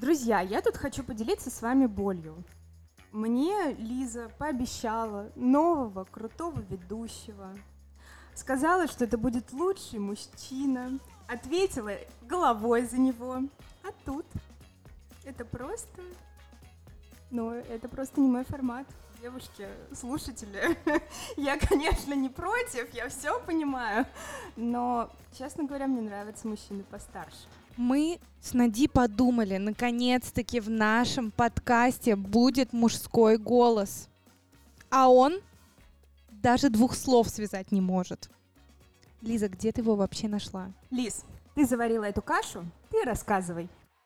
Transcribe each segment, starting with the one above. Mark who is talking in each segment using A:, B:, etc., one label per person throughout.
A: Друзья, я тут хочу поделиться с вами болью. Мне Лиза пообещала нового крутого ведущего. Сказала, что это будет лучший мужчина. Ответила головой за него. А тут это просто... это просто не мой формат. Девушки, слушатели, я, конечно, не против, я все понимаю, но, честно говоря, мне нравятся мужчины постарше.
B: Мы с Нади подумали, наконец-таки в нашем подкасте будет мужской голос. А он даже 2 слов связать не может. Лиза, где ты его вообще нашла?
A: Лиз, ты заварила эту кашу, ты рассказывай.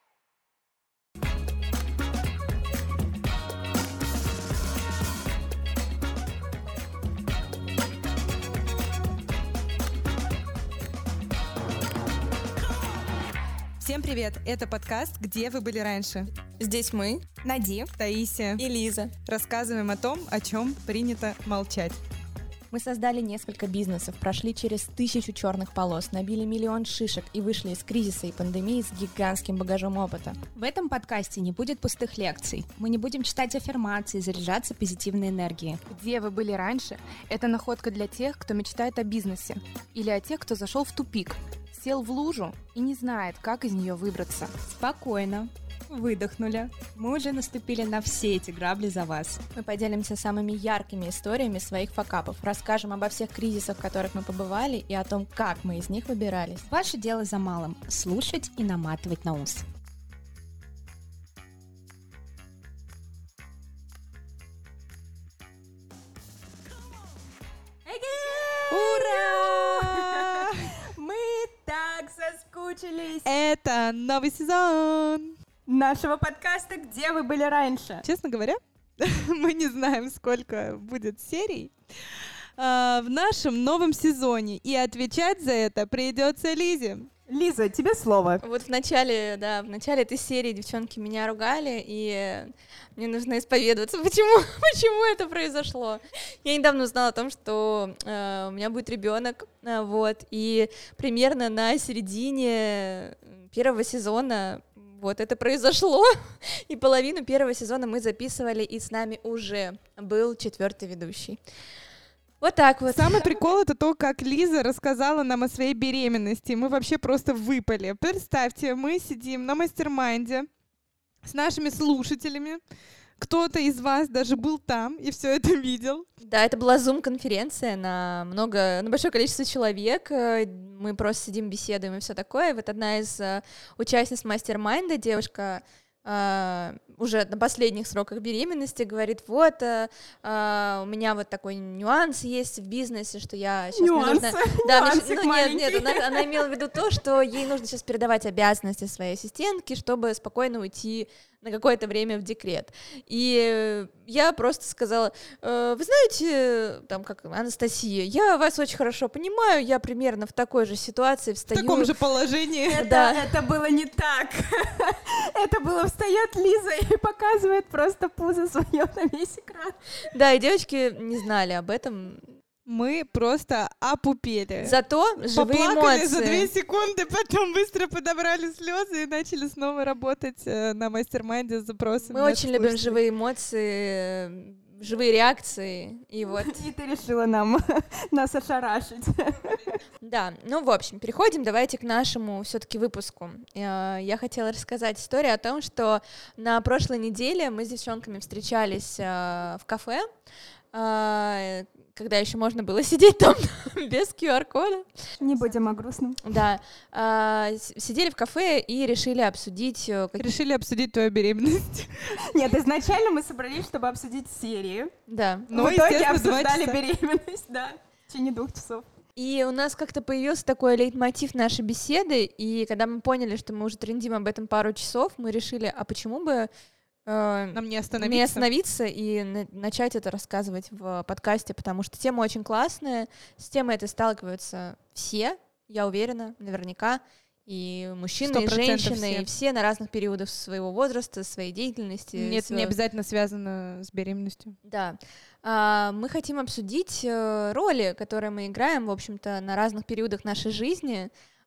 B: Всем привет! Это подкаст «Где вы были раньше?».
C: Здесь мы,
B: Нади, Таисия
C: и Лиза,
B: рассказываем о том, о чем принято молчать.
C: Мы создали несколько бизнесов, прошли через 1000 черных полос, набили миллион шишек и вышли из кризиса и пандемии с гигантским багажом опыта.
D: В этом подкасте не будет пустых лекций. Мы не будем читать аффирмации, заряжаться позитивной энергией.
E: «Где вы были раньше?» — это находка для тех, кто мечтает о бизнесе, или о тех, кто зашел в тупик, сел в лужу и не знает, как из нее выбраться.
D: Спокойно. Выдохнули. Мы уже наступили на все эти грабли за вас.
C: Мы поделимся самыми яркими историями своих факапов, расскажем обо всех кризисах, в которых мы побывали, и о том, как мы из них выбирались.
D: Ваше дело за малым – слушать и наматывать на ус.
B: Ура!
A: Мы так соскучились
B: Это новый сезон!
A: нашего подкаста «Где вы были раньше?».
B: Честно говоря, мы не знаем, сколько будет серий в нашем новом сезоне, и отвечать за это придется Лизе.
A: Лиза, тебе слово.
C: Вот в начале этой серии девчонки меня ругали, и мне нужно исповедоваться, почему это произошло. Я недавно узнала о том, что у меня будет ребенок, и примерно на середине первого сезона это произошло, и половину первого сезона мы записывали, и с нами уже был 4-й ведущий. Вот так вот.
B: Самый прикол — это то, как Лиза рассказала нам о своей беременности. Мы вообще просто выпали. Представьте, мы сидим на мастер-майнде с нашими слушателями. Кто-то из вас даже был там и все это видел.
C: Да, это была Zoom-конференция на большое количество человек. Мы просто сидим, беседуем и все такое. Вот одна из участниц мастер-майнда, девушка, уже на последних сроках беременности, говорит, у меня вот такой нюанс есть в бизнесе, что я сейчас... Она имела в виду то, что ей нужно сейчас передавать обязанности своей ассистентке, чтобы спокойно уйти на какое-то время в декрет. И я просто сказала, вы знаете, как Анастасия, я вас очень хорошо понимаю, я примерно в такой же ситуации встаю.
B: В таком же положении.
A: Это было не так. Это было встает Лиза и показывает просто пузо свое на весь экран.
C: Да, и девочки не знали об этом.
B: Мы просто опупели.
C: Зато живые
B: поплакали
C: эмоции.
B: За 2 секунды, потом быстро подобрали слезы и начали снова работать на мастер-майнде с запросами.
C: Мы очень любим живые эмоции, живые реакции. И
A: ты решила нас ошарашить.
C: Да, в общем, переходим давайте к нашему все-таки выпуску. Я хотела рассказать историю о том, что на прошлой неделе мы с девчонками встречались в кафе, когда еще можно было сидеть там без QR-кода.
A: Не будем о грустном.
C: Да. Сидели в кафе и решили обсудить...
B: Решили обсудить твою беременность.
A: Нет, изначально мы собрались, чтобы обсудить серию.
C: Да.
A: В итоге обсуждали беременность, да, в течение 2 часов.
C: И у нас как-то появился такой лейтмотив нашей беседы, и когда мы поняли, что мы уже трендим об этом пару часов, мы решили, а почему бы
B: нам не остановиться
C: и начать это рассказывать в подкасте, потому что тема очень классная, с темой этой сталкиваются все, я уверена, наверняка, и мужчины, и женщины, и все на разных периодах своего возраста, своей деятельности.
B: Нет, не обязательно связано с беременностью.
C: Да. Мы хотим обсудить роли, которые мы играем, в общем-то, на разных периодах нашей жизни,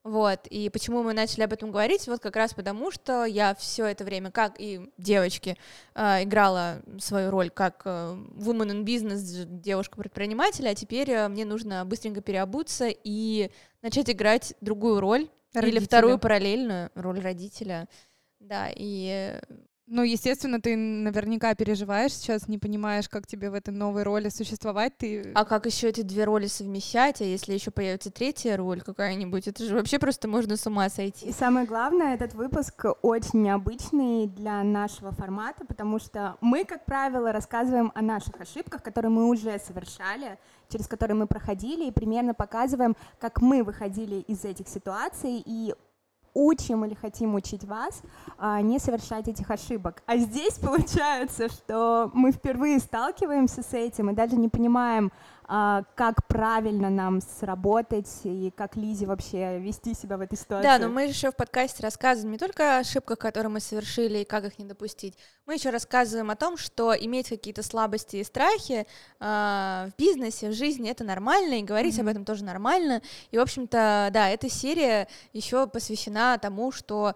C: Вот, и почему мы начали об этом говорить, вот как раз потому, что я все это время, как и девочки, играла свою роль как woman in business, девушка-предприниматель, а теперь мне нужно быстренько переобуться и начать играть другую роль, или вторую параллельную роль родителя, да, и...
B: Ну, естественно, ты наверняка переживаешь сейчас, не понимаешь, как тебе в этой новой роли существовать.
C: А как еще эти две роли совмещать? А если еще появится третья роль какая-нибудь? Это же вообще просто можно с ума сойти.
A: И самое главное, этот выпуск очень необычный для нашего формата, потому что мы, как правило, рассказываем о наших ошибках, которые мы уже совершали, через которые мы проходили, и примерно показываем, как мы выходили из этих ситуаций, и учим или хотим учить вас не совершать этих ошибок. А здесь получается, что мы впервые сталкиваемся с этим и даже не понимаем, как правильно нам сработать и как Лизе вообще вести себя в этой ситуации.
C: Да, но мы еще в подкасте рассказываем не только о ошибках, которые мы совершили, и как их не допустить. Мы еще рассказываем о том, что иметь какие-то слабости и страхи в бизнесе, в жизни — это нормально, и говорить об этом тоже нормально. И, в общем-то, да, эта серия еще посвящена тому, что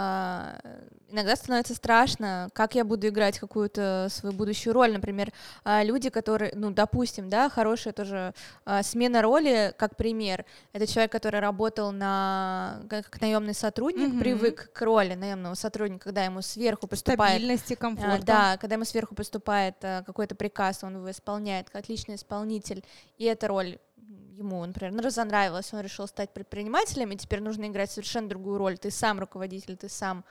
C: иногда становится страшно, как я буду играть какую-то свою будущую роль. Например, люди, которые, ну, допустим, да, хорошая тоже смена роли, как пример. Это человек, который работал как наемный сотрудник, привык к роли наемного сотрудника, когда ему сверху поступает...
B: Стабильности, комфорта.
C: Да, когда ему сверху поступает какой-то приказ, он его исполняет, как отличный исполнитель, и эта роль ему, например, разонравилась, он решил стать предпринимателем, и теперь нужно играть совершенно другую роль. Ты сам руководитель, ты сам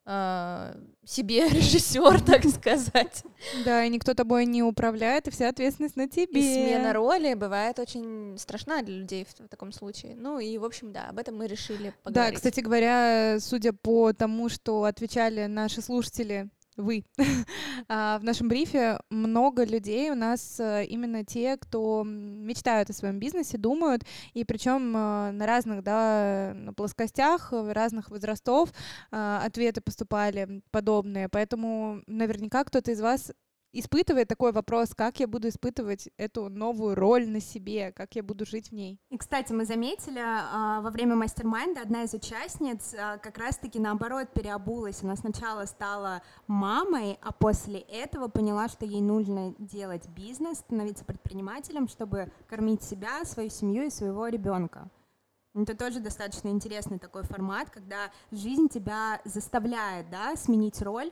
C: себе режиссер, так сказать.
B: Да, и никто тобой не управляет, и вся ответственность на тебе.
C: И смена роли бывает очень страшна для людей в таком случае. Ну и, в общем, да, об этом мы решили поговорить.
B: Да, кстати говоря, судя по тому, что отвечали наши слушатели, вы, в нашем брифе много людей у нас именно те, кто мечтают о своем бизнесе, думают, и причем на разных, да, плоскостях, разных возрастов ответы поступали подобные, поэтому наверняка кто-то из вас испытывает такой вопрос, как я буду испытывать эту новую роль на себе, как я буду жить в ней.
A: И, кстати, мы заметили, во время мастер-майнда одна из участниц как раз-таки наоборот переобулась. Она сначала стала мамой, а после этого поняла, что ей нужно делать бизнес, становиться предпринимателем, чтобы кормить себя, свою семью и своего ребенка. Это тоже достаточно интересный такой формат, когда жизнь тебя заставляет, да, сменить роль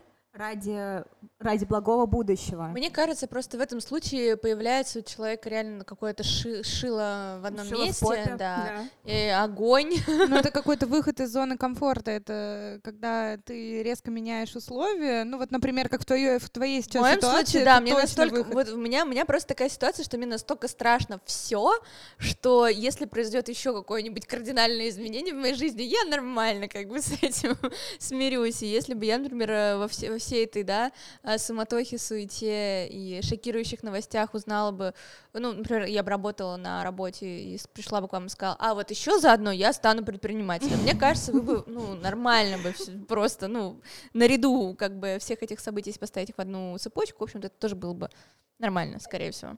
A: ради благого будущего.
C: Мне кажется, просто в этом случае появляется у человека реально какое-то шило в одном месте,
A: в попе,
C: да. И огонь.
B: Ну, это какой-то выход из зоны комфорта, это когда ты резко меняешь условия, ну, вот, например, как в твоей сейчас
C: в моем
B: ситуации,
C: случае, да,
B: это
C: мне
B: точно
C: настолько,
B: выход.
C: вот у меня просто такая ситуация, что мне настолько страшно все, что если произойдет еще какое-нибудь кардинальное изменение в моей жизни, я нормально как бы с этим смирюсь. И если бы я, например, во всей этой, да, суматохе, суете и шокирующих новостях узнала бы, ну, например, я бы работала на работе и пришла бы к вам и сказала, а вот еще заодно я стану предпринимателем. Мне кажется, вы бы, ну, нормально бы просто, ну, наряду как бы всех этих событий, если поставить их в одну цепочку, в общем-то, это тоже было бы нормально, скорее всего.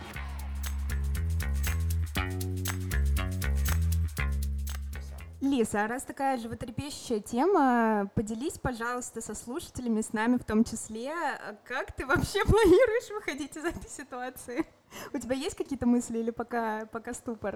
A: Лиза, а раз такая животрепещущая тема, поделись, пожалуйста, со слушателями, с нами в том числе, как ты вообще планируешь выходить из этой ситуации? У тебя есть какие-то мысли или пока ступор?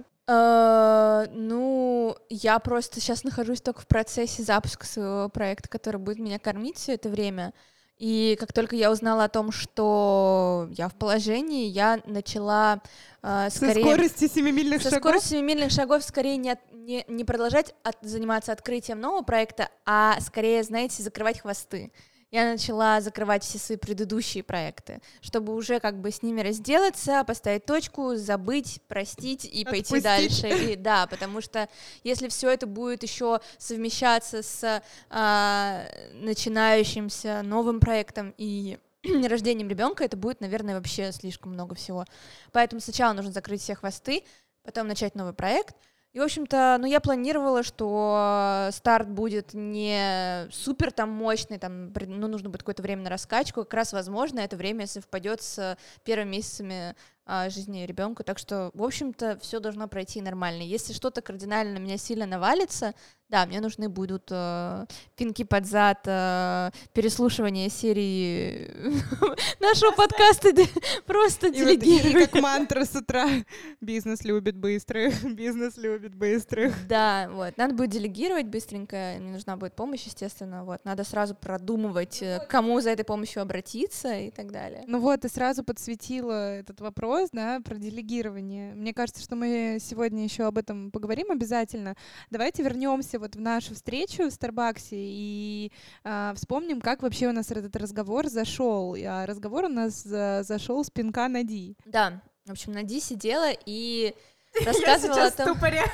C: Ну, я просто сейчас нахожусь только в процессе запуска своего проекта, который будет меня кормить все это время. И как только я узнала о том, что я в положении, я начала скорее...
B: Со скоростью 7-мильных шагов?
C: Со скоростью 7-мильных шагов скорее не продолжать заниматься открытием нового проекта, а скорее, знаете, закрывать хвосты. Я начала закрывать все свои предыдущие проекты, чтобы уже как бы с ними разделаться, поставить точку, забыть, простить и пойти дальше. И, да, потому что если все это будет еще совмещаться с начинающимся новым проектом и рождением ребенка, это будет, наверное, вообще слишком много всего. Поэтому сначала нужно закрыть все хвосты, потом начать новый проект. И, в общем-то, ну, я планировала, что старт будет не супер там мощный, там, ну, нужно будет какое-то время на раскачку, как раз, возможно, это время совпадет с первыми месяцами жизни ребенку. Так что, в общем-то, все должно пройти нормально. Если что-то кардинально на меня сильно навалится, да, мне нужны будут пинки под зад, переслушивание серии нашего подкаста, просто делегировать.
B: И как мантра с утра. Бизнес любит быстрых, бизнес любит быстрых.
C: Да, вот. Надо будет делегировать быстренько, мне нужна будет помощь, естественно, вот. Надо сразу продумывать, к кому за этой помощью обратиться и так далее.
B: Ну вот, ты сразу подсветила этот вопрос, да, про делегирование. Мне кажется, что мы сегодня еще об этом поговорим обязательно. Давайте вернемся вот в нашу встречу в Старбаксе и вспомним, как вообще у нас этот разговор зашел. А разговор у нас зашел с пинка Нади.
C: Да, в общем, Нади сидела и рассказывала о том...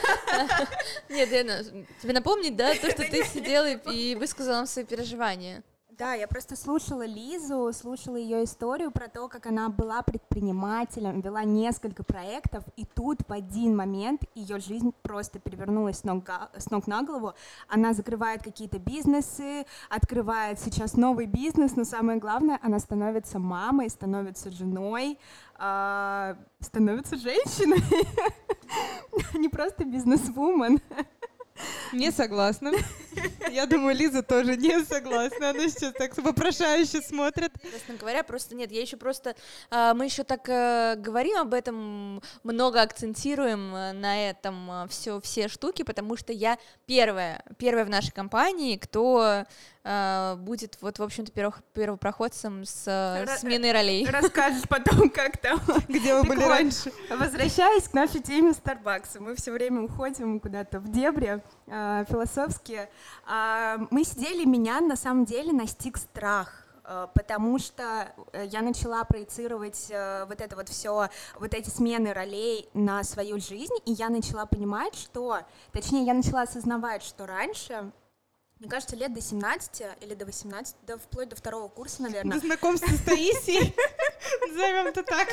C: Нет, тебе напомнить, да, то, что ты сидела и высказала нам свои переживания.
A: Да, я просто слушала Лизу, слушала ее историю про то, как она была предпринимателем, вела несколько проектов, и тут в один момент ее жизнь просто перевернулась с ног на голову. Она закрывает какие-то бизнесы, открывает сейчас новый бизнес, но самое главное, она становится мамой, становится женой, становится женщиной, не просто бизнес-вумен.
B: Не согласна. Я думаю, Лиза тоже не согласна. Она сейчас так вопрошающе смотрит.
C: Честно говоря, просто нет. Я еще просто... Мы еще так говорим об этом, много акцентируем на этом все штуки, потому что я первая в нашей компании, кто будет, вот, в общем-то, первопроходцем с сменой ролей.
A: Расскажешь потом, как там.
B: Где вы были раньше.
A: Возвращаясь к нашей теме Старбакса, мы все время уходим куда-то в дебри философские. Мы сидели, меня на самом деле настиг страх, потому что я начала проецировать вот это вот все, вот эти смены ролей на свою жизнь, и я начала понимать, что, точнее, я начала осознавать, что раньше, мне кажется, лет до 17 или до 18, да, вплоть до 2-го курса, наверное.
B: До знакомства с Таисией, назовем это так.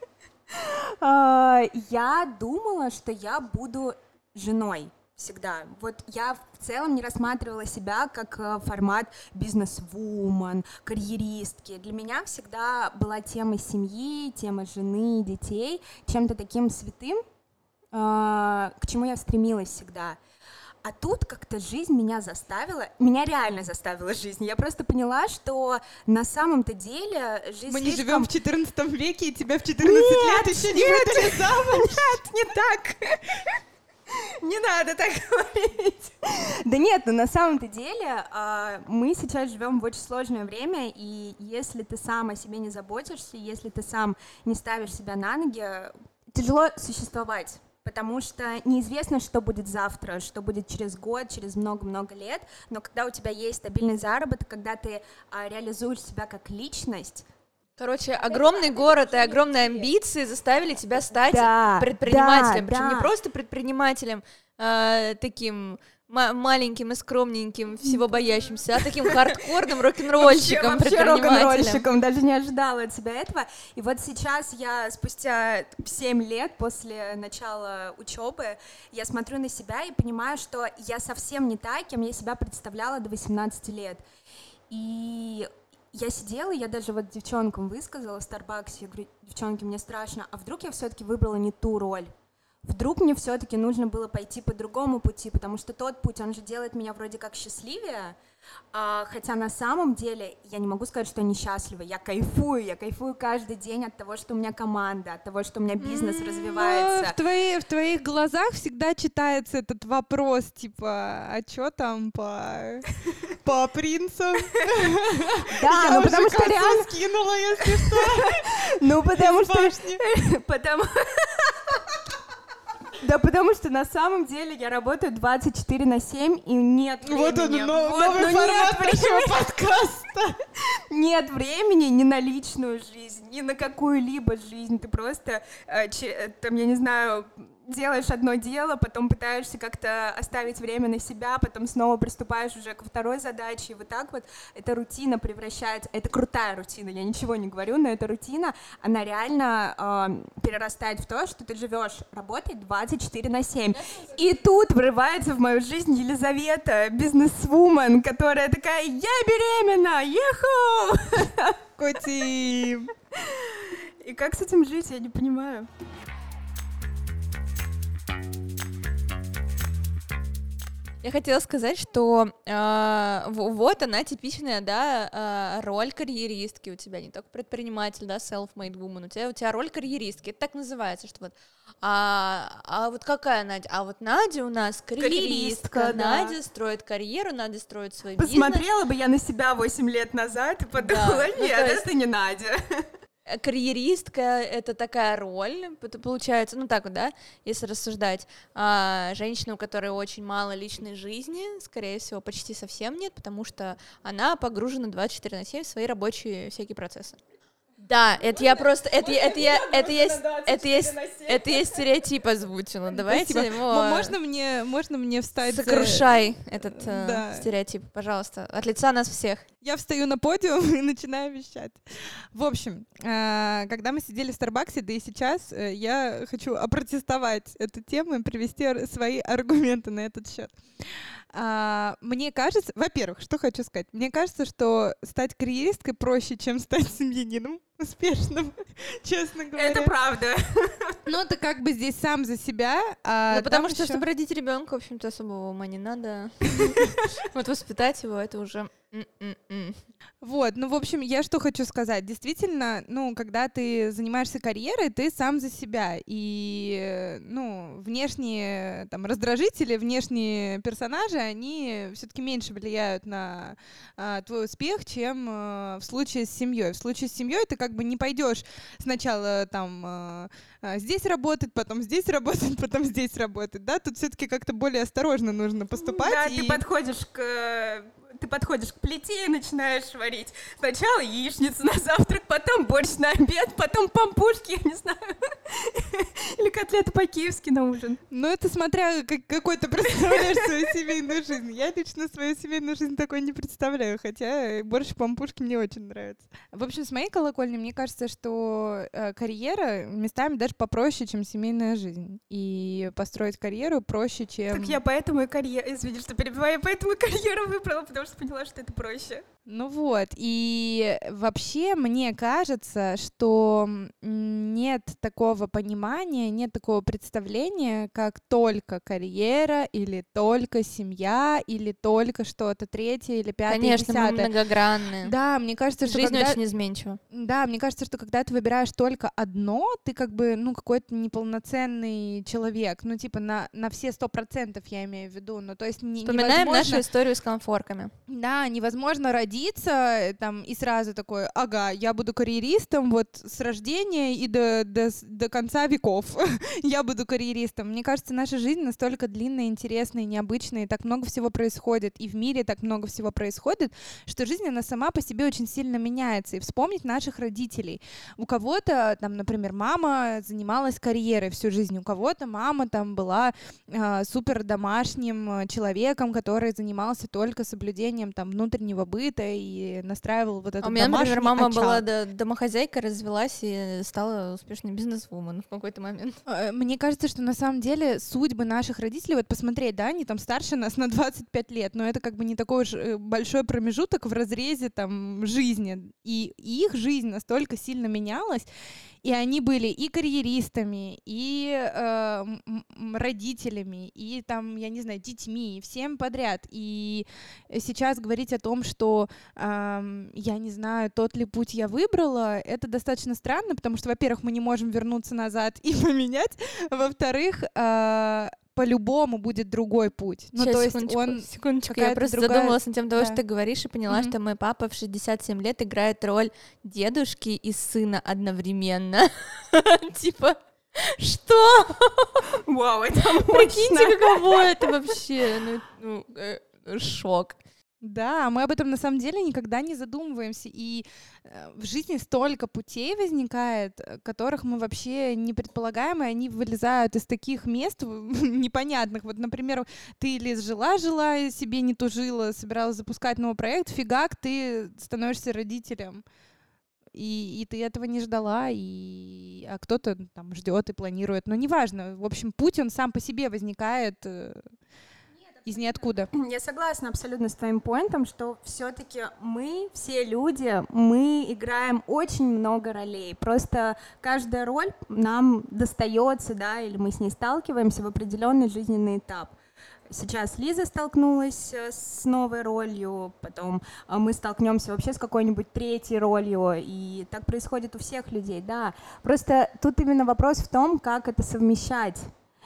A: Я думала, что я буду женой. Всегда. Вот я в целом не рассматривала себя как формат бизнес-вумен, карьеристки. Для меня всегда была тема семьи, тема жены, детей, чем-то таким святым, к чему я стремилась всегда. А тут как-то жизнь меня реально заставила жизнь. Я просто поняла, что на самом-то деле жизнь
B: мы не живем в 14 веке, и тебя в 14 лет еще не выдали замуж.
A: Нет, не так. Не надо так говорить. Да нет, но на самом-то деле мы сейчас живем в очень сложное время, и если ты сам о себе не заботишься, если ты сам не ставишь себя на ноги, тяжело существовать. Потому что неизвестно, что будет завтра, что будет через год, через много-много лет, но когда у тебя есть стабильный заработок, когда ты реализуешь себя как личность.
C: Короче, огромный город и огромные амбиции заставили тебя стать предпринимателем. Причем не просто предпринимателем таким маленьким и скромненьким, всего боящимся, а таким хардкорным рок-н-ролльщиком,
A: вообще рок-н-ролльщиком, даже не ожидала от себя этого. И вот сейчас я спустя 7 лет после начала учебы, я смотрю на себя и понимаю, что я совсем не та, кем я себя представляла до 18 лет. И я сидела, я даже вот девчонкам высказала в Старбаксе, я говорю: девчонки, мне страшно, а вдруг я все-таки выбрала не ту роль? Вдруг мне все-таки нужно было пойти по другому пути, потому что тот путь, он же делает меня вроде как счастливее, хотя на самом деле я не могу сказать, что я несчастлива, я кайфую каждый день от того, что у меня команда, от того, что у меня бизнес развивается.
B: В твоих глазах всегда читается этот вопрос, типа, а чё там по принцам?
A: Да, ну потому что реально...
B: скинула, если что.
A: Ну потому что... Да, потому что на самом деле я работаю 24/7, и нет времени.
B: Вот он, новый формат нашего подкаста.
A: Нет времени ни на личную жизнь, ни на какую-либо жизнь. Ты просто, там, я не знаю, делаешь одно дело, потом пытаешься как-то оставить время на себя, потом снова приступаешь уже ко второй задаче, и вот так вот эта рутина превращается, это крутая рутина, я ничего не говорю, но эта рутина, она реально перерастает в то, что ты живешь, работаешь 24/7, и тут врывается в мою жизнь Елизавета, бизнес-вумен, которая такая: я беременна, еху!
B: Коти!
A: И как с этим жить, я не понимаю.
C: Я хотела сказать, что вот она типичная, да, роль карьеристки у тебя, не только предприниматель, да, self-made woman, у тебя роль карьеристки, это так называется, что вот, вот какая Надя? А вот Надя у нас карьеристка,
A: да.
C: Надя строит карьеру, Надя строит свой бизнес.
A: Посмотрела бы я на себя 8 лет назад и подумала,
C: Да,
A: нет, это не Надя.
C: Карьеристка — это такая роль, это получается, ну так вот, да, если рассуждать, женщина, у которой очень мало личной жизни, скорее всего, почти совсем нет, потому что она погружена 24/7 в свои рабочие всякие процессы. Да, это я просто, это я стереотип озвучила, давайте его...
B: Можно мне встать?
C: Сокрушай этот
B: Да.
C: стереотип, пожалуйста, от лица нас всех.
B: Я встаю на подиум и начинаю вещать. В общем, когда мы сидели в Старбаксе, да и сейчас, я хочу опротестовать эту тему и привести свои аргументы на этот счет. Мне кажется, во-первых, что хочу сказать, мне кажется, что стать карьеристкой проще, чем стать семьянином успешным, честно говоря.
A: Это правда.
B: Ну, ты как бы здесь сам за себя.
C: Ну, потому что,
B: ещё...
C: чтобы родить ребенка, в общем-то, особого ума не надо. Вот воспитать его, это уже...
B: Вот, ну, в общем, я что хочу сказать. Действительно, ну, когда ты занимаешься карьерой, ты сам за себя. И, ну, внешние там раздражители, внешние персонажи, они все-таки меньше влияют на твой успех, чем в случае с семьей. В случае с семьей ты как бы не пойдешь сначала там здесь работать, потом здесь работать, потом здесь работать, да? Тут все-таки как-то более осторожно нужно поступать.
A: Да,
B: и...
A: ты подходишь к плите и начинаешь варить. Сначала яичницу на завтрак, потом борщ на обед, потом пампушки, я не знаю. Или котлеты по-киевски на ужин.
B: Ну, это смотря какой ты представляешь свою семейную жизнь. Я лично свою семейную жизнь такой не представляю, хотя борщ пампушки мне очень нравится. В общем, с моей колокольни, мне кажется, что карьера местами даже попроще, чем семейная жизнь. И построить карьеру проще, чем...
A: Так я поэтому и карьеру... Извини, что перебиваю, я поэтому и карьеру выбрала, потому что поняла, что это проще.
B: Ну вот, и вообще мне кажется, что нет такого понимания, нет такого представления, как только карьера, или только семья, или только что-то третье, или пятое,
C: Конечно,
B: десятое.
C: мы многогранные.
B: Да, мне кажется, что
C: Жизнь
B: когда...
C: очень изменчива.
B: Да, мне кажется, что когда ты выбираешь только одно, ты как бы, ну, какой-то неполноценный человек. Ну, типа, на все 100% я имею в виду. Ну, то есть
C: Вспоминаем нашу историю с комфорками.
B: Да, невозможно родиться там и сразу такой, ага, я буду карьеристом вот с рождения и до конца веков. Я буду карьеристом. Мне кажется, наша жизнь настолько длинная, интересная, необычная, и так много всего происходит, и в мире так много всего происходит, что жизнь, она сама по себе очень сильно меняется. И вспомнить наших родителей. У кого-то, там, например, мама занималась карьерой всю жизнь, у кого-то мама там была супер домашним человеком, который занимался только соблюдением там внутреннего быта и настраивал вот этот домашний очаг.
C: У меня, например, мама была домохозяйка, развелась и стала успешной бизнес-вумен в какой-то момент.
B: Мне кажется, что на самом деле судьбы наших родителей, вот посмотреть, да, они там старше нас на 25 лет, но это как бы не такой уж большой промежуток в разрезе там жизни, и их жизнь настолько сильно менялась, и они были и карьеристами, и родителями, и там, я не знаю, детьми, всем подряд. И сейчас говорить о том, что, я не знаю, тот ли путь я выбрала, это достаточно странно, потому что, во-первых, мы не можем вернуться назад и поменять, во-вторых, по-любому будет другой путь.
C: Ну, то есть секундочку, я просто задумалась над тем, что ты говоришь, и поняла, что мой папа в 67 лет играет роль дедушки и сына одновременно. Типа, что?
A: Вау, это мощно.
C: Прикиньте, каково это вообще. Шок.
B: Да, мы об этом на самом деле никогда не задумываемся, и в жизни столько путей возникает, которых мы вообще не предполагаем, и они вылезают из таких мест непонятных. Вот, например, ты, Лиз, жила, себе не тужила, собиралась запускать новый проект, фигак, ты становишься родителем. И ты этого не ждала, а кто-то там ждет и планирует, но неважно. В общем, путь, он сам по себе возникает. из ниоткуда.
A: Я согласна абсолютно с твоим поинтом, что все-таки мы, все люди, мы играем очень много ролей. Просто каждая роль нам достается, да, или мы с ней сталкиваемся в определенный жизненный этап. Сейчас Лиза столкнулась с новой ролью, потом мы столкнемся вообще с какой-нибудь третьей ролью, и так происходит у всех людей, да. Просто тут именно вопрос в том, как это совмещать.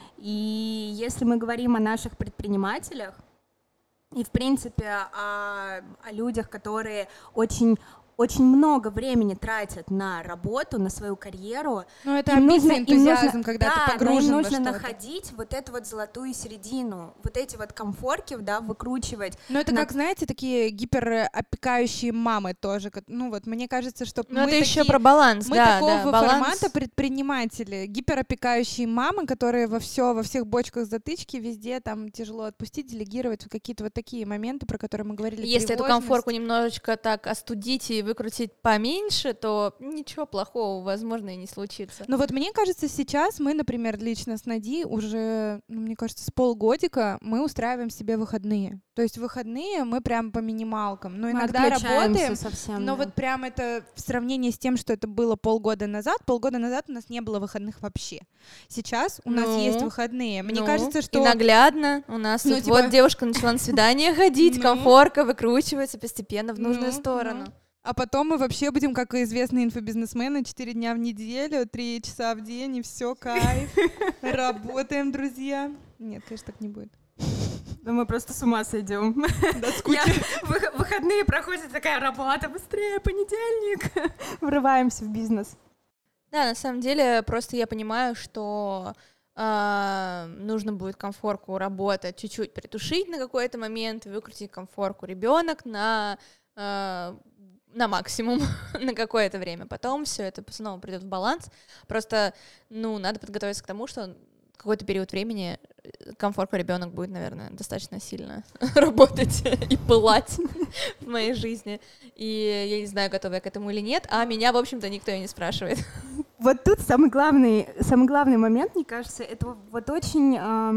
A: И если мы говорим о наших предпринимателях и, в принципе, о людях, которые очень много времени тратят на работу, на свою карьеру.
B: Ну, это амбиция, энтузиазм, когда ты погружен во что-то.
A: Да, им нужно находить вот эту вот золотую середину, вот эти вот комфорки, да, выкручивать.
B: Ну, это как, знаете, такие гиперопекающие мамы тоже. Ну, вот мне кажется, что
C: мы это еще про баланс,
B: мы
C: да,
B: такого
C: баланс.
B: формата предприниматели, гиперопекающие мамы, которые во всех бочках затычки, везде там тяжело отпустить, делегировать, какие-то вот такие моменты, про которые мы говорили.
C: Если эту комфорку немножечко так остудить и выкрутить поменьше, то ничего плохого, возможно, и не случится.
B: Ну вот мне кажется, сейчас мы, например, лично с Нади уже, мне кажется, с полгодика мы устраиваем себе выходные. То есть выходные мы прям по минималкам. Но иногда работаем,
A: совсем,
B: но
A: да.
B: вот прям это в сравнении с тем, что это было полгода назад у нас не было выходных вообще. Сейчас у нас есть выходные. Мне кажется, что...
C: И наглядно у нас вот девушка начала на свидание ходить, комфорка выкручивается постепенно в нужную сторону.
B: А потом мы вообще будем, как известные инфобизнесмены, 4 дня в неделю, 3 часа в день, и все, кайф. Работаем, друзья. Нет, конечно, так не будет.
A: Да мы просто с ума сойдем.
B: До скуки.
A: Выходные проходит такая работа, быстрее, понедельник. Врываемся в бизнес.
C: Да, на самом деле, просто я понимаю, что нужно будет комфорку работать чуть-чуть притушить на какой-то момент, выкрутить комфорку ребенок на максимум на какое-то время. Потом все это снова придет в баланс. Просто, надо подготовиться к тому, что какой-то период времени комфортный ребенок будет, наверное, достаточно сильно работать и пылать в моей жизни. И я не знаю, готова я к этому или нет, а меня, в общем-то, никто и не спрашивает.
A: Вот тут самый главный момент, мне кажется, это вот очень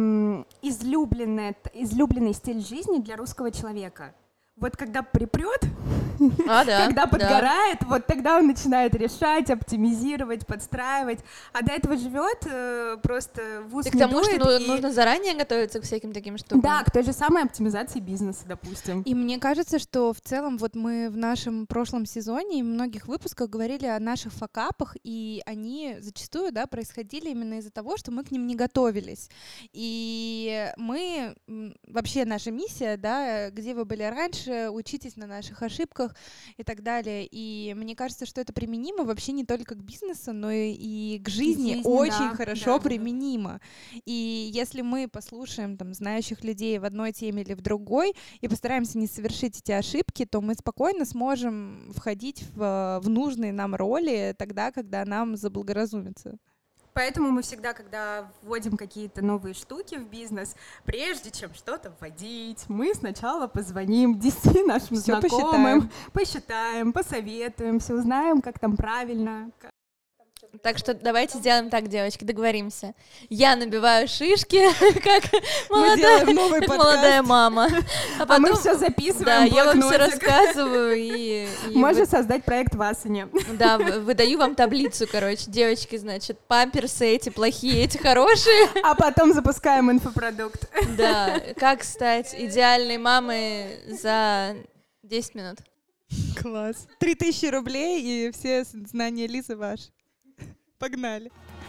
A: излюбленный стиль жизни для русского человека. Вот когда припрет, когда подгорает, вот тогда он начинает решать, оптимизировать, подстраивать, а до этого живет просто в ус не дует.
C: К тому, что нужно заранее готовиться к всяким таким штукам.
A: Да, к той же самой оптимизации бизнеса, допустим.
B: И мне кажется, что в целом вот мы в нашем прошлом сезоне и в многих выпусках говорили о наших факапах, и они зачастую, да, происходили именно из-за того, что мы к ним не готовились. И мы, вообще наша миссия, да, где вы были раньше, учитесь на наших ошибках и так далее. И мне кажется, что это применимо вообще не только к бизнесу, но и к жизни очень хорошо применимо. И если мы послушаем там знающих людей в одной теме или в другой и постараемся не совершить эти ошибки, то мы спокойно сможем входить в нужные нам роли тогда, когда нам заблагоразумится.
A: Поэтому мы всегда, когда вводим какие-то новые штуки в бизнес, прежде чем что-то вводить, мы сначала позвоним 10 нашим знакомым, посчитаем, посоветуемся, узнаем, как там правильно.
C: Так что давайте сделаем так, девочки, договоримся. Я набиваю шишки, как молодая мама.
A: А потом мы все записываем.
C: Да, я вам все рассказываю. И
A: можно создать проект в Асане.
C: Да, выдаю вам таблицу, короче. Девочки, значит, памперсы эти плохие, эти хорошие.
A: А потом запускаем инфопродукт.
C: Да, как стать идеальной мамой за 10 минут.
B: Класс. 3000 рублей и все знания Лизы ваши. Погнали.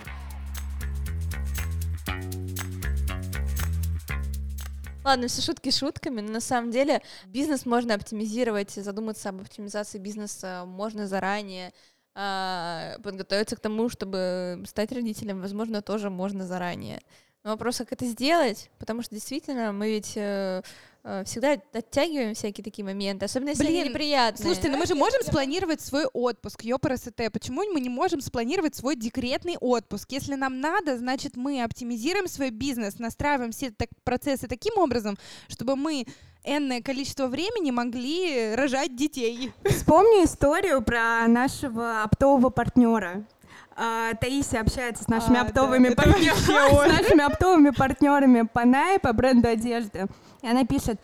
C: Ладно, все шутки шутками, но на самом деле бизнес можно оптимизировать, задуматься об оптимизации бизнеса можно заранее, подготовиться к тому, чтобы стать родителем, возможно, тоже можно заранее. Но вопрос, как это сделать, потому что действительно мы ведь всегда оттягиваем всякие такие моменты, особенно если они неприятные.
B: Слушайте, но мы же можем спланировать свой отпуск, ёпарасоте. Почему мы не можем спланировать свой декретный отпуск? Если нам надо, значит, мы оптимизируем свой бизнес, настраиваем все процессы таким образом, чтобы мы энное количество времени могли рожать детей.
A: Вспомни историю про нашего оптового партнера. Таисия общается с нашими
B: Да,
A: оптовыми
B: это вообще он.
A: с нашими оптовыми партнерами по Nike, по бренду одежды. И она пишет: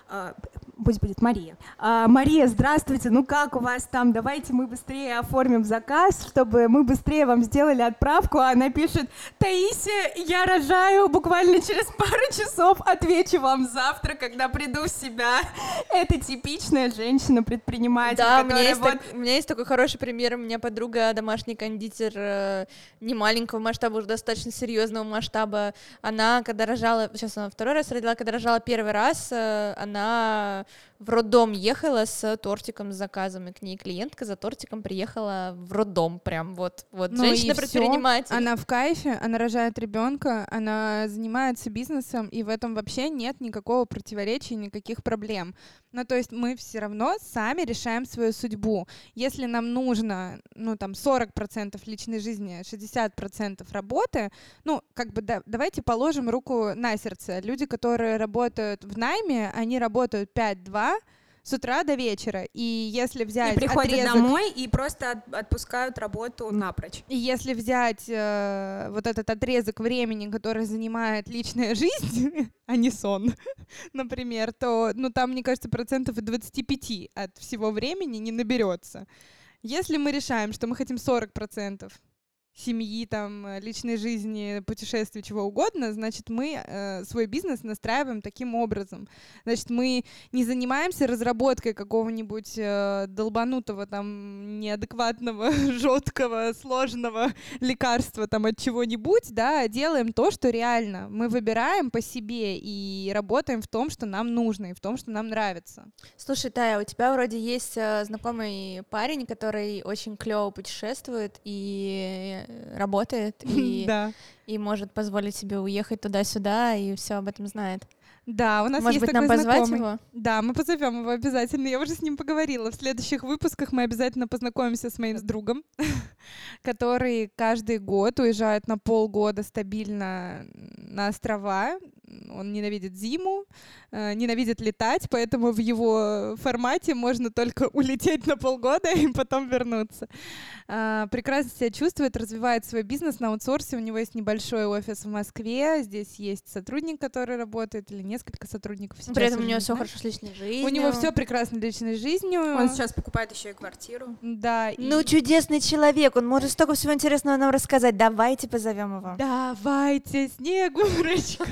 A: пусть будет Мария. Мария, здравствуйте, ну как у вас там? Давайте мы быстрее оформим заказ, чтобы мы быстрее вам сделали отправку. А она пишет: Таисия, я рожаю буквально через пару часов, отвечу вам завтра, когда приду в себя. Это типичная женщина-предприниматель,
C: Да,
A: которая
C: у меня есть такой хороший пример. У меня подруга, домашний кондитер не маленького масштаба, уже достаточно серьезного масштаба. Она, когда рожала, сейчас она второй раз родила, когда рожала первый раз, она в роддом ехала с тортиком, с заказом, и к ней клиентка за тортиком приехала в роддом, прям вот
B: Ну и
C: женщина-предприниматель.
B: всё. Она в кайфе, она рожает ребенка, она занимается бизнесом, и в этом вообще нет никакого противоречия, никаких проблем. Ну, то есть мы все равно сами решаем свою судьбу. Если нам нужно, 40% личной жизни, 60% работы, давайте положим руку на сердце. Люди, которые работают в найме, они работают 5-2 с утра до вечера. И если взять
A: и приходят
B: отрезок,
A: домой и просто отпускают работу напрочь.
B: и если взять вот этот отрезок времени, который занимает личная жизнь, а не сон, например, то, там, мне кажется, 25% от всего времени не наберется. Если мы решаем, что мы хотим 40% семьи, личной жизни, путешествий, чего угодно, значит, мы свой бизнес настраиваем таким образом. Значит, мы не занимаемся разработкой какого-нибудь долбанутого, неадекватного, жесткого, сложного лекарства от чего-нибудь, да, а делаем то, что реально. Мы выбираем по себе и работаем в том, что нам нужно, и в том, что нам нравится.
C: Слушай, Тая, у тебя вроде есть знакомый парень, который очень клево путешествует и работает, и может позволить себе уехать туда-сюда, и все об этом знает.
B: Да, у нас
C: Может
B: есть
C: быть,
B: такой
C: нам позвать
B: знакомый.
C: его?
B: Да, мы позовем его обязательно. Я уже с ним поговорила. В следующих выпусках мы обязательно познакомимся с моим другом, который каждый год уезжает на полгода стабильно на острова. Он ненавидит зиму, ненавидит летать, поэтому в его формате можно только улететь на полгода и потом вернуться. Прекрасно себя чувствует, развивает свой бизнес на аутсорсе. У него есть небольшой офис в Москве. Здесь есть сотрудник, который работает, или несколько сотрудников. Сейчас
C: При этом у
B: уже
C: него
B: не
C: все
B: знаю.
C: хорошо с личной жизнью.
B: У него все прекрасно с личной жизнью.
A: Он сейчас покупает еще и квартиру.
B: Да.
C: Ну, чудесный человек, он может столько всего интересного нам рассказать. Давайте позовем его.
B: Давайте, Снегурочка.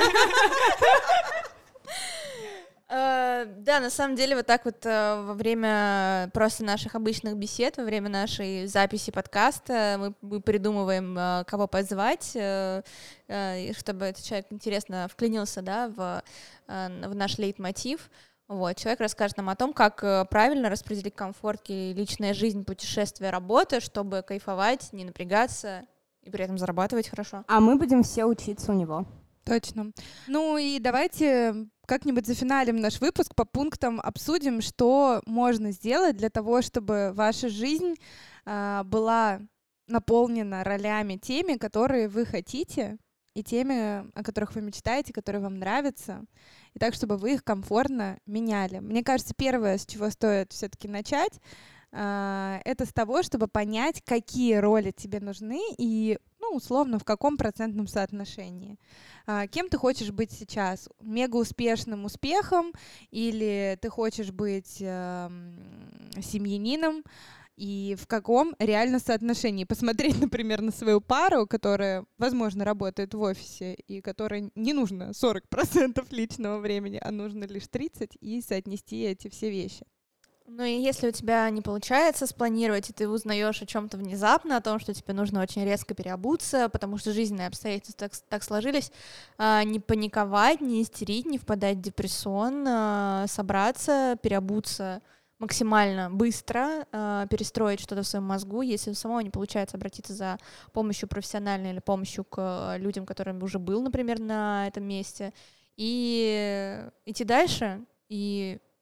C: Да, на самом деле вот так вот во время просто наших обычных бесед, во время нашей записи подкаста мы придумываем, кого позвать, чтобы этот человек интересно вклинился, да, в наш лейтмотив. Вот, человек расскажет нам о том, как правильно распределить комфорт и личная жизнь, путешествия, работа, чтобы кайфовать, не напрягаться и при этом зарабатывать хорошо.
A: А мы будем все учиться у него.
B: Точно. Ну и давайте как-нибудь зафиналим наш выпуск, по пунктам обсудим, что можно сделать для того, чтобы ваша жизнь была наполнена ролями теми, которые вы хотите, и теми, о которых вы мечтаете, которые вам нравятся, и так, чтобы вы их комфортно меняли. Мне кажется, первое, с чего стоит все-таки начать, это с того, чтобы понять, какие роли тебе нужны и, условно, в каком процентном соотношении. Кем ты хочешь быть сейчас? Мега успешным успехом или ты хочешь быть семьянином? И в каком реально соотношении? Посмотреть, например, на свою пару, которая, возможно, работает в офисе, и которой не нужно 40% личного времени, а нужно лишь 30%, и соотнести эти все вещи.
C: Ну и если у тебя не получается спланировать, и ты узнаешь о чем-то внезапно, о том, что тебе нужно очень резко переобуться, потому что жизненные обстоятельства так сложились, не паниковать, не истерить, не впадать в депрессон, собраться, переобуться максимально быстро, перестроить что-то в своем мозгу. Если у самого не получается, обратиться за помощью профессиональной или помощью к людям, которым уже был, например, на этом месте, и идти дальше, и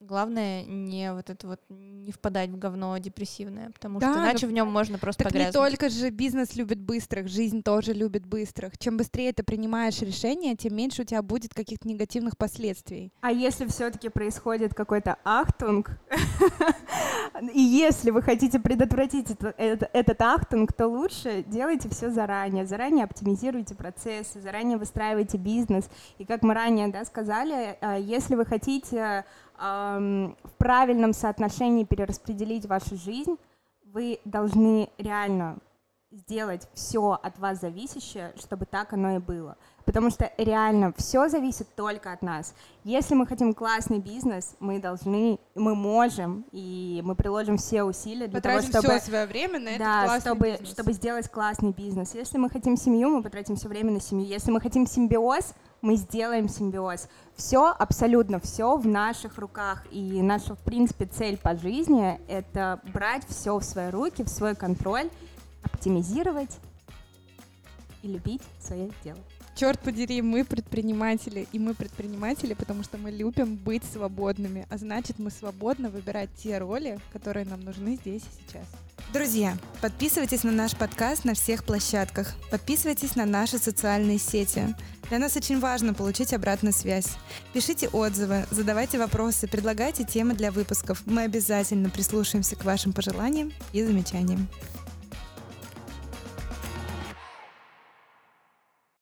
C: главное не впадать в говно депрессивное, потому
B: Да,
C: что иначе в нем можно просто
B: Так не
C: погрязнуть.
B: только же бизнес любит быстрых, жизнь тоже любит быстрых. Чем быстрее ты принимаешь решения, тем меньше у тебя будет каких-то негативных последствий.
A: А если все-таки происходит какой-то ахтунг, и если вы хотите предотвратить этот ахтунг, то лучше делайте все заранее оптимизируйте процессы, заранее выстраивайте бизнес. И как мы ранее сказали, если вы хотите в правильном соотношении перераспределить вашу жизнь, вы должны реально сделать все от вас зависящее, чтобы так оно и было. Потому что реально все зависит только от нас. Если мы хотим классный бизнес, мы можем, и мы приложим все усилия для того,
B: Потратим
A: чтобы...
B: все свое время на этот классный бизнес.
A: чтобы сделать классный бизнес. Если мы хотим семью, мы потратим все время на семью. Если мы хотим симбиоз, мы сделаем симбиоз. Все, абсолютно все в наших руках. И наша, в принципе, цель по жизни — это брать все в свои руки, в свой контроль, оптимизировать и любить свое дело.
B: Черт подери, мы предприниматели, и мы предприниматели, потому что мы любим быть свободными, а значит, мы свободно выбирать те роли, которые нам нужны здесь и сейчас.
F: Друзья, подписывайтесь на наш подкаст на всех площадках, подписывайтесь на наши социальные сети. Для нас очень важно получить обратную связь. Пишите отзывы, задавайте вопросы, предлагайте темы для выпусков. Мы обязательно прислушаемся к вашим пожеланиям и замечаниям.